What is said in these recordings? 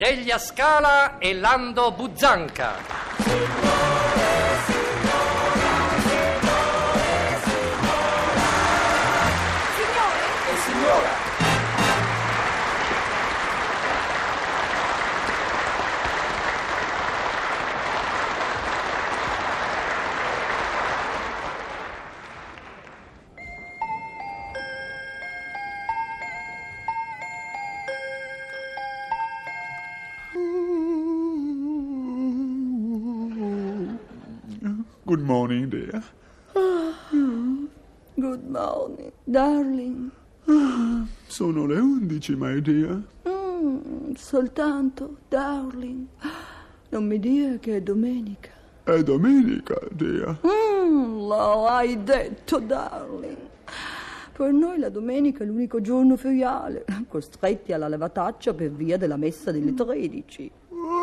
Deglia Scala e Lando Buzzanca. Good morning, dear. Good morning, darling. Sono le 11, my dear. Soltanto, darling. Non mi dire che è domenica. È domenica, dear. Lo hai detto, darling. Per noi la domenica è l'unico giorno feriale, costretti alla levataccia per via della messa delle 13.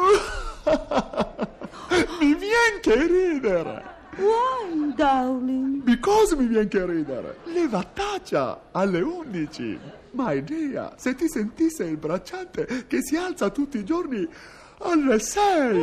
Mi vien che ridere. Why, darling? Because mi vien che ridere. Levataccia alle 11. My dear, se ti sentisse il bracciante che si alza tutti i giorni alle 6.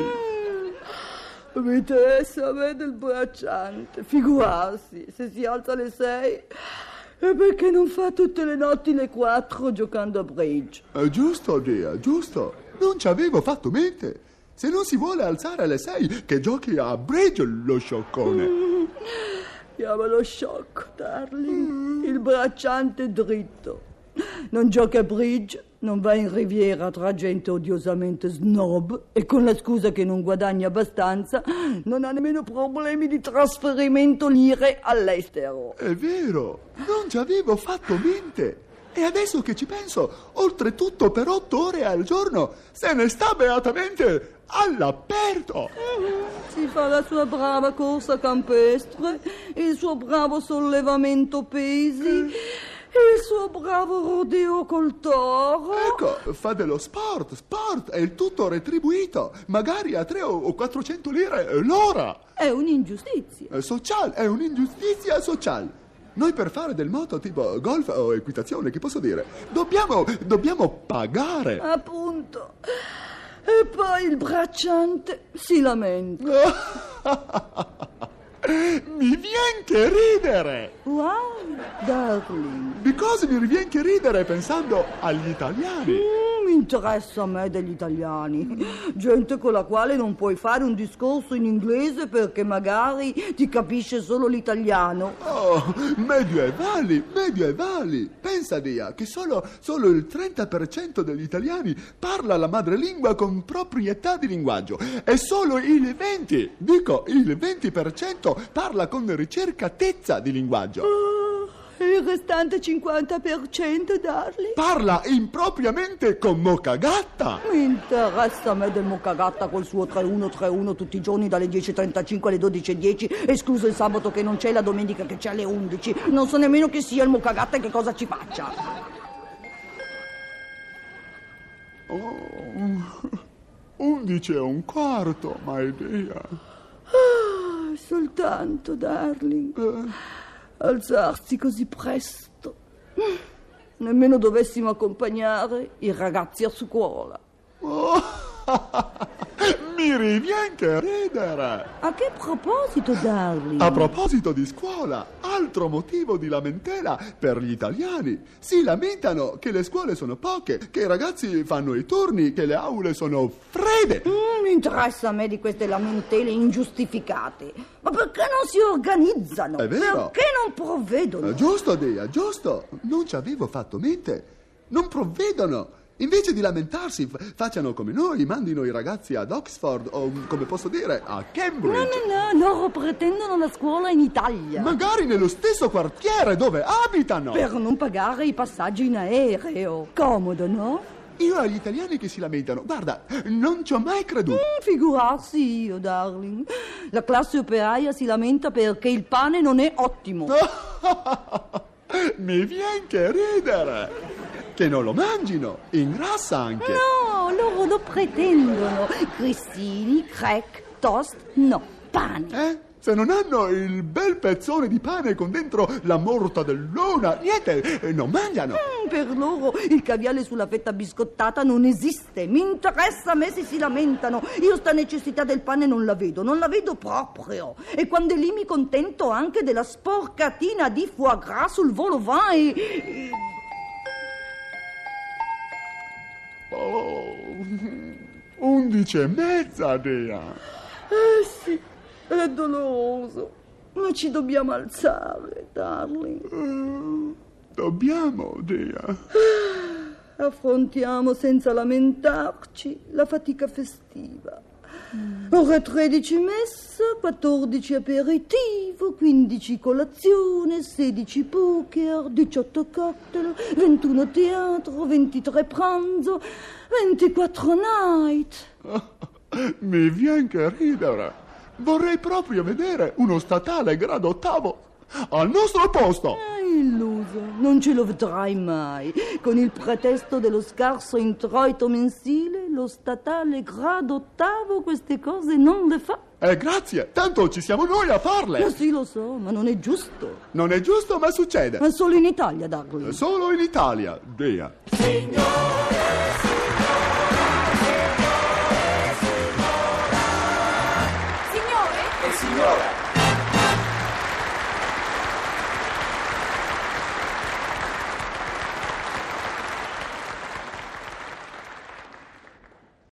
Mi interessa a me del bracciante. Figurarsi, se si alza alle 6... E perché non fa tutte le notti le 4 giocando a bridge? Giusto, dear, giusto. Non ci avevo fatto mente. Se non si vuole alzare alle 6, che giochi a bridge, lo scioccone. Chiamalo sciocco, darling. Il bracciante dritto. Non gioca a bridge, non va in riviera tra gente odiosamente snob e con la scusa che non guadagna abbastanza non ha nemmeno problemi di trasferimento lire all'estero. È vero, non ci avevo fatto mente. E adesso che ci penso, oltretutto per 8 ore al giorno se ne sta beatamente all'aperto. Si fa la sua brava corsa campestre, il suo bravo sollevamento pesi, il suo bravo rodeo col toro. Ecco, fa dello sport, e il tutto retribuito, magari a 300 o 400 lire l'ora. È un'ingiustizia. È un'ingiustizia sociale. Noi per fare del moto tipo golf o equitazione, che posso dire, dobbiamo pagare. Appunto. E poi il bracciante si lamenta. Mi vien che ridere. Wow, darling. Because mi vien che ridere pensando agli italiani. Mi interessa a me degli italiani. Gente con la quale non puoi fare un discorso in inglese perché magari ti capisce solo l'italiano. Oh, medievali. Pensa, Dia, che solo il 30% degli italiani parla la madrelingua con proprietà di linguaggio e solo il 20% parla con ricercatezza di linguaggio. Il restante 50%, darling? Parla impropriamente con Mokagatta. Mi interessa a me del Mokagatta col suo 3131 tutti i giorni dalle 10:35 alle 12:10, escluso il sabato che non c'è e la domenica che c'è alle 11. Non so nemmeno che sia il Mokagatta e che cosa ci faccia. 11:15, my dear. Soltanto, darling. Alzarsi così presto. Nemmeno dovessimo accompagnare i ragazzi a scuola. Mi rivien che ridere. A che proposito, darling? A proposito di scuola, altro motivo di lamentela per gli italiani. Si lamentano che le scuole sono poche, che i ragazzi fanno i turni, che le aule sono fredde. Mi interessa a me di queste lamentele ingiustificate. Ma perché non si organizzano? È vero. Perché non provvedono? Giusto, Dea, giusto. Non ci avevo fatto mente. Non provvedono. Invece di lamentarsi, facciano come noi, mandino i ragazzi ad Oxford o, come posso dire, a Cambridge. No, loro pretendono la scuola in Italia. Magari nello stesso quartiere dove abitano. Per non pagare i passaggi in aereo. Comodo, no? Io agli italiani che si lamentano, guarda, non ci ho mai creduto. Figurarsi io, darling. La classe operaia si lamenta perché il pane non è ottimo. Mi vien che ridere. Che non lo mangino, ingrassa anche. No, loro lo pretendono. Cristini, crack, toast, no, pane. Se non hanno il bel pezzone di pane con dentro la mortadellona, niente, non mangiano. Per loro il caviale sulla fetta biscottata non esiste. Mi interessa a me se si lamentano. Io sta necessità del pane non la vedo proprio. E quando è lì mi contento anche della sporcatina di foie gras sul vol au vent e... Oh, 11:30, Dea. Sì, è doloroso. Ma ci dobbiamo alzare, darling. Dobbiamo, Dea. Affrontiamo senza lamentarci la fatica festiva. Ore 13 messa, 14 aperitivo, 15 colazione, 16 poker, 18 cocktail, 21 teatro, 23 pranzo, 24 night. Mi viene che ridere. Vorrei proprio vedere uno statale grado 8 al nostro posto. Illuso, non ce lo vedrai mai. Con il pretesto dello scarso introito mensile, lo statale grado 8 queste cose non le fa. Grazie, tanto ci siamo noi a farle. Sì, lo so, ma non è giusto. Non è giusto, ma succede. Ma solo in Italia, darling. Solo in Italia, Dea. Signor